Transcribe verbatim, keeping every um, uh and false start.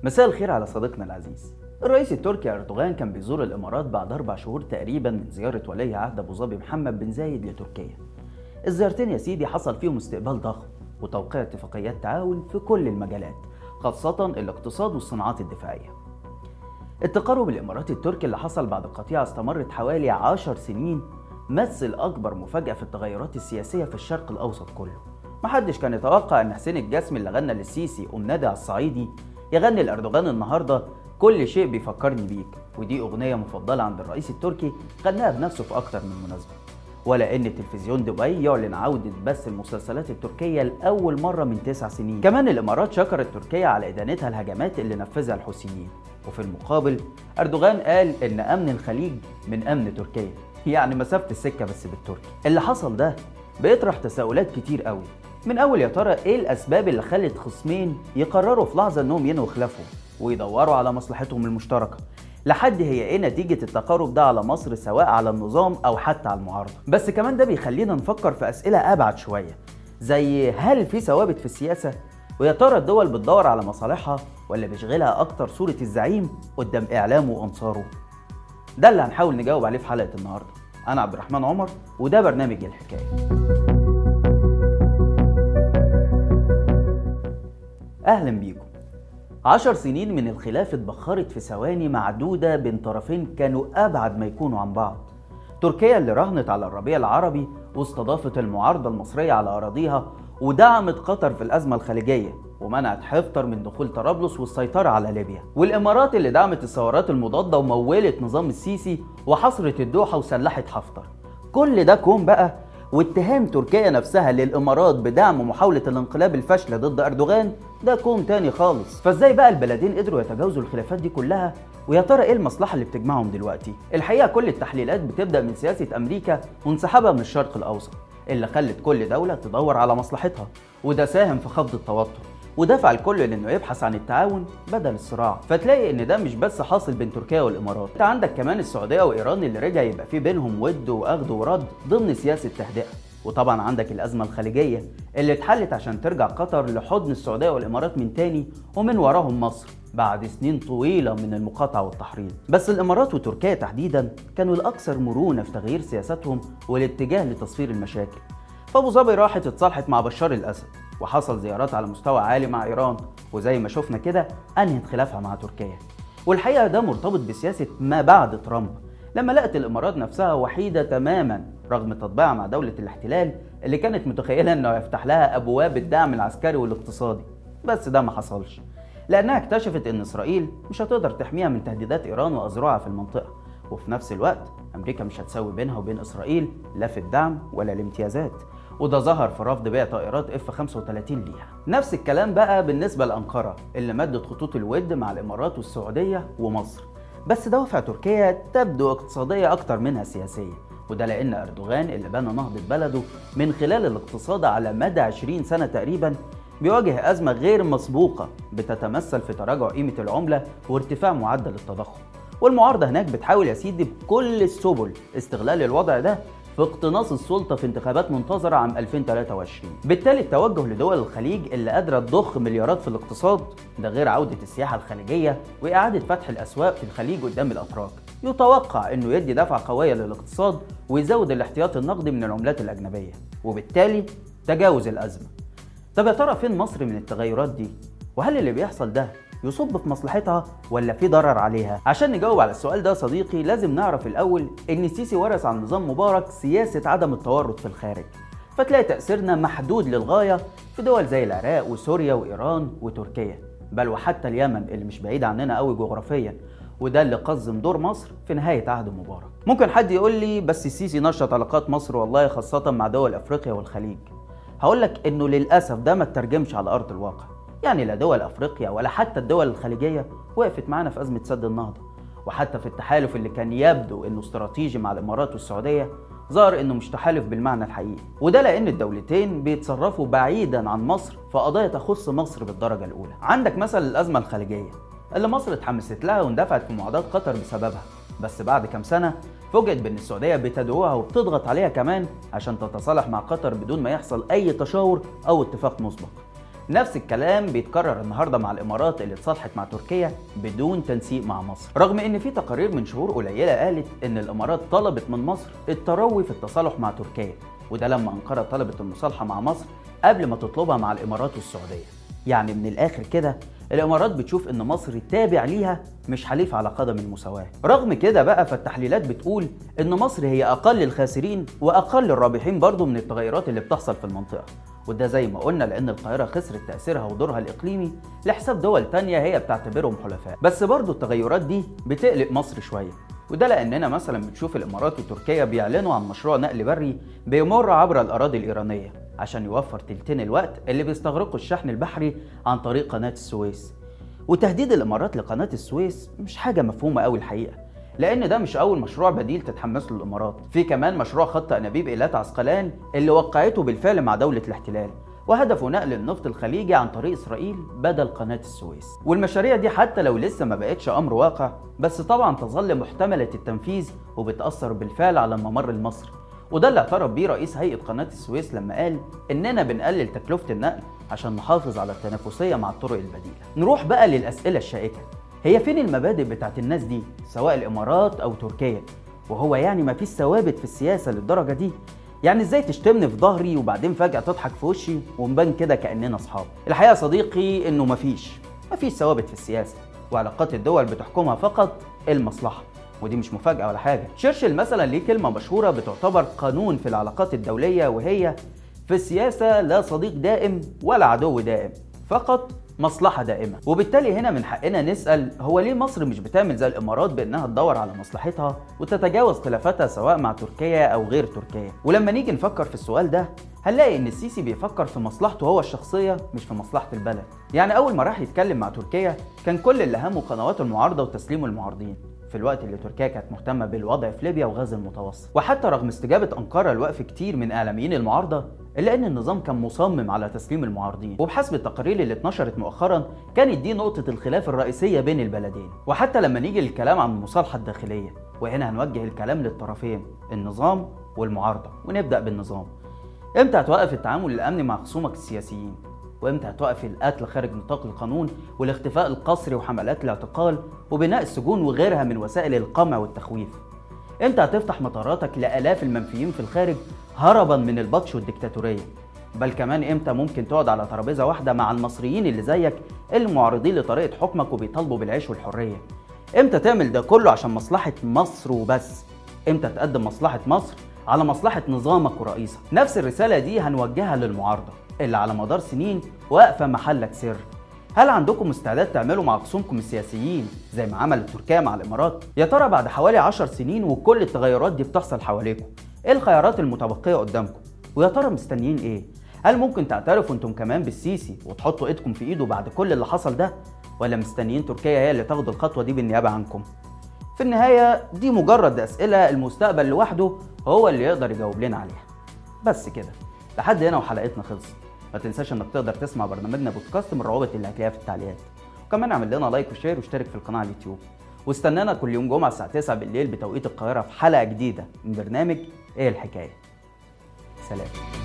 مساء الخير على صديقنا العزيز. الرئيس التركي أردوغان كان بيزور الإمارات بعد أربع شهور تقريبا من زيارة ولي عهد أبو ظبي محمد بن زايد لتركيا. الزيارتين يا سيدي حصل فيهم استقبال ضخم وتوقيع اتفاقيات تعاون في كل المجالات، خاصة الاقتصاد والصناعات الدفاعية. التقارب الإماراتي التركي اللي حصل بعد قطيعة استمرت حوالي عشر سنين مثل أكبر مفاجأة في التغيرات السياسية في الشرق الأوسط كله. محدش كان يتوقع أن حسين الجسمي اللي غنى للسيسي أم نادي على الصعيدي يغني لأردوغان النهارده كل شيء بيفكرني بيك، ودي أغنية مفضلة عند الرئيس التركي غناها بنفسه في أكتر من مناسبة. ولا إن تلفزيون دبي يعلن عودة بث المسلسلات التركية لأول مرة من تسع سنين. كمان الإمارات شكرت تركيا على إدانتها الهجمات اللي نفذها الحوثيين، وفي المقابل أردوغان قال إن أمن الخليج من أمن تركيا، يعني مسافة السكة بس بالتركي. اللي حصل ده بيطرح تساؤلات كتير قوي، من أول يا ترى إيه الأسباب اللي خلت خصمين يقرروا في لحظة إنهم ينهوا خلافهم ويدوروا على مصلحتهم المشتركة، لحد هي إيه نتيجة التقارب ده على مصر سواء على النظام أو حتى على المعارضة. بس كمان ده بيخلينا نفكر في أسئلة أبعد شوية، زي هل في ثوابت في السياسة؟ ويا ترى الدول بتدور على مصالحها ولا بيشغلها أكتر صورة الزعيم قدام إعلامه وأنصاره؟ ده اللي هنحاول نجاوب عليه في حلقة النهاردة. أنا عبد الرحمن عمر وده برنامج الحكاية. أهلا بيكم. عشر سنين من الخلاف اتبخرت في ثواني معدودة بين طرفين كانوا أبعد ما يكونوا عن بعض. تركيا اللي راهنت على الربيع العربي واستضافت المعارضة المصرية على أراضيها ودعمت قطر في الأزمة الخليجية ومنعت حفتر من دخول طرابلس والسيطرة على ليبيا، والإمارات اللي دعمت الثورات المضادة ومولت نظام السيسي وحصرت الدوحة وسلحت حفتر. كل ده كوم بقى، واتهام تركيا نفسها للإمارات بدعم محاولة الانقلاب الفاشلة ضد أردوغان ده كوم تاني خالص. فازاي بقى البلدين قدروا يتجاوزوا الخلافات دي كلها؟ ويا ترى ايه المصلحة اللي بتجمعهم دلوقتي؟ الحقيقة كل التحليلات بتبدأ من سياسة أمريكا وانسحابها من الشرق الأوسط اللي خلت كل دولة تدور على مصلحتها، وده ساهم في خفض التوتر ودفع الكل لانه يبحث عن التعاون بدل الصراع. فتلاقي ان ده مش بس حاصل بين تركيا والامارات، انت عندك كمان السعوديه وايران اللي رجع يبقى في بينهم ود واخد ورد ضمن سياسه تهدئه. وطبعا عندك الازمه الخليجيه اللي اتحلت عشان ترجع قطر لحضن السعوديه والامارات من تاني، ومن وراهم مصر بعد سنين طويله من المقاطعه والتحريض. بس الامارات وتركيا تحديدا كانوا الاكثر مرونه في تغيير سياستهم والاتجاه لتصفير المشاكل. فابو ظبي راحت اتصالحت مع بشار الاسد، وحصل زيارات على مستوى عالي مع ايران، وزي ما شفنا كده انهت خلافها مع تركيا. والحقيقه ده مرتبط بسياسه ما بعد ترامب، لما لقت الامارات نفسها وحيده تماما رغم تطبيعها مع دوله الاحتلال اللي كانت متخيله انه يفتح لها ابواب الدعم العسكري والاقتصادي. بس ده ما حصلش، لانها اكتشفت ان اسرائيل مش هتقدر تحميها من تهديدات ايران واذرعها في المنطقه، وفي نفس الوقت امريكا مش هتساوي بينها وبين اسرائيل لا في الدعم ولا الامتيازات، وده ظهر في رفض بيع طائرات اف خمسة وثلاثين ليها. نفس الكلام بقى بالنسبه لانقره اللي مدت خطوط الود مع الامارات والسعوديه ومصر، بس دوافع تركيا تبدو اقتصاديه اكتر منها سياسيه، وده لان اردوغان اللي بنى نهضه بلده من خلال الاقتصاد على مدى عشرين سنه تقريبا بيواجه ازمه غير مسبوقه بتتمثل في تراجع قيمه العمله وارتفاع معدل التضخم. والمعارضه هناك بتحاول يا سيدي بكل السبل استغلال الوضع ده في اقتناص السلطة في انتخابات منتظرة عام ألفين وثلاثة وعشرين. بالتالي التوجه لدول الخليج اللي قادرة تضخ مليارات في الاقتصاد، ده غير عودة السياحة الخليجية وإعادة فتح الأسواق في الخليج قدام الأتراك، يتوقع إنه يدي دفعة قوية للاقتصاد ويزود الاحتياط النقدي من العملات الأجنبية، وبالتالي تجاوز الأزمة. طب يا ترى فين مصر من التغيرات دي؟ وهل اللي بيحصل ده يصب في مصلحتها ولا في ضرر عليها؟ عشان نجاوب على السؤال ده صديقي لازم نعرف الأول إن السيسي ورث عن نظام مبارك سياسة عدم التورط في الخارج، فتلاقي تأثيرنا محدود للغاية في دول زي العراق وسوريا وإيران وتركيا، بل وحتى اليمن اللي مش بعيد عننا قوي جغرافيا، وده اللي قزم دور مصر في نهاية عهد مبارك. ممكن حد يقول لي بس السيسي نشط علاقات مصر والله خاصة مع دول أفريقيا والخليج. هقولك إنه للأسف ده ما ترجمش على أرض الواقع، يعني لا دول أفريقيا ولا حتى الدول الخليجية وقفت معانا في أزمة سد النهضة، وحتى في التحالف اللي كان يبدو إنه استراتيجي مع الإمارات والسعودية ظهر إنه مش تحالف بالمعنى الحقيقي، وده لأن الدولتين بيتصرفوا بعيدا عن مصر في قضايا تخص مصر بالدرجة الأولى. عندك مثلا الأزمة الخليجية اللي مصر اتحمست لها واندفعت في معاداة قطر بسببها، بس بعد كام سنة فوجئت بأن السعودية بتدعوها وبتضغط عليها كمان عشان تتصالح مع قطر بدون ما يحصل أي تشاور أو اتفاق مسبق. نفس الكلام بيتكرر النهارده مع الامارات اللي اتصالحت مع تركيا بدون تنسيق مع مصر، رغم ان في تقارير من شهور قليله قالت ان الامارات طلبت من مصر التروي في التصالح مع تركيا، وده لما انقره طلبت المصالحه مع مصر قبل ما تطلبها مع الامارات والسعوديه. يعني من الاخر كده الامارات بتشوف ان مصر تابع ليها مش حليف على قدم المساواه. رغم كده بقى فالتحليلات بتقول ان مصر هي اقل الخاسرين واقل الرابحين برضه من التغيرات اللي بتحصل في المنطقه، وده زي ما قلنا لان القاهره خسرت تاثيرها ودورها الاقليمي لحساب دول تانية هي بتعتبرهم حلفاء. بس برضه التغيرات دي بتقلق مصر شويه، وده لاننا مثلا بنشوف الامارات وتركيا بيعلنوا عن مشروع نقل بري بيمر عبر الاراضي الايرانيه عشان يوفر تلتين الوقت اللي بيستغرقه الشحن البحري عن طريق قناه السويس. وتهديد الامارات لقناه السويس مش حاجه مفهومه قوي الحقيقه، لان ده مش اول مشروع بديل تتحمس له الامارات، في كمان مشروع خط انابيب ايلات عسقلان اللي وقعته بالفعل مع دوله الاحتلال، وهدفه نقل النفط الخليجي عن طريق اسرائيل بدل قناه السويس. والمشاريع دي حتى لو لسه ما بقتش امر واقع، بس طبعا تظل محتمله التنفيذ وبتاثر بالفعل على الممر المصري، وده اللي اعترف بيه رئيس هيئه قناه السويس لما قال اننا بنقلل تكلفه النقل عشان نحافظ على التنافسيه مع الطرق البديله. نروح بقى للاسئله الشائكه، هي فين المبادئ بتاعت الناس دي سواء الامارات او تركيا؟ وهو يعني ما فيش ثوابت في السياسه للدرجه دي؟ يعني ازاي تشتمني في ظهري وبعدين فجاه تضحك في وشي ونبان كده كاننا اصحاب؟ الحقيقه يا صديقي انه مفيش مفيش ثوابت في السياسه، وعلاقات الدول بتحكمها فقط المصلحه، ودي مش مفاجاه ولا حاجه. تشرشل مثلا ليه كلمه مشهوره بتعتبر قانون في العلاقات الدوليه، وهي في السياسه لا صديق دائم ولا عدو دائم، فقط مصلحة دائمة. وبالتالي هنا من حقنا نسأل هو ليه مصر مش بتعمل زي الإمارات بأنها تدور على مصلحتها وتتجاوز خلافاتها سواء مع تركيا أو غير تركيا؟ ولما نيجي نفكر في السؤال ده هنلاقي إن السيسي بيفكر في مصلحته هو الشخصية مش في مصلحة البلد. يعني أول ما راح يتكلم مع تركيا كان كل اللي همه قنوات المعارضة وتسليم المعارضين، في الوقت اللي تركيا كانت مهتمة بالوضع في ليبيا وغاز المتوسط. وحتى رغم استجابة أنقرة لوقف كتير من إعلاميين المعارضة، إلا أن النظام كان مصمم على تسليم المعارضين، وبحسب التقارير اللي اتنشرت مؤخرا كانت دي نقطة الخلاف الرئيسية بين البلدين. وحتى لما نيجي للكلام عن المصالحة الداخلية، وهنا هنوجه الكلام للطرفين النظام والمعارضة، ونبدأ بالنظام. إمتى هتوقف التعامل الأمني مع خصومك السياسيين؟ وإمتى هتوقف القتل خارج نطاق القانون والاختفاء القسري وحملات الاعتقال وبناء السجون وغيرها من وسائل القمع والتخويف؟ إمتى هتفتح مطاراتك لآلاف المنفيين في الخارج هربا من البطش والديكتاتورية؟ بل كمان إمتى ممكن تقعد على ترابيزة واحدة مع المصريين اللي زيك المعارضين لطريقة حكمك وبيطالبوا بالعيش والحرية؟ إمتى تعمل ده كله عشان مصلحة مصر وبس؟ إمتى تقدم مصلحة مصر على مصلحة نظامك ورئيسك؟ نفس الرسالة دي هنوجهها للمعارضة اللي على مدار سنين واقفة محلك سر. هل عندكم استعداد تعملوا مع خصومكم السياسيين زي ما عملت تركيا مع الامارات؟ يا ترى بعد حوالي عشر سنين وكل التغيرات دي بتحصل حواليكم، ايه الخيارات المتبقية قدامكم؟ ويا ترى مستنيين ايه؟ هل ممكن تعترفوا انتم كمان بالسيسي وتحطوا ايدكم في ايده بعد كل اللي حصل ده؟ ولا مستنيين تركيا هي اللي تاخد الخطوة دي بالنيابة عنكم؟ في النهاية دي مجرد اسئلة المستقبل لوحده هو اللي يقدر يجاوب لنا عليها. بس كده، لحد هنا وحلقتنا خلصت. ما تنساش انك تقدر تسمع برنامجنا بودكاست من الروابط اللي هتلاقيها في التعليقات، وكمان اعمل لنا لايك وشير واشترك في القناه على اليوتيوب، واستنانا كل يوم جمعه الساعه تسعة بالليل بتوقيت القاهره في حلقه جديده من برنامج ايه الحكايه. سلام.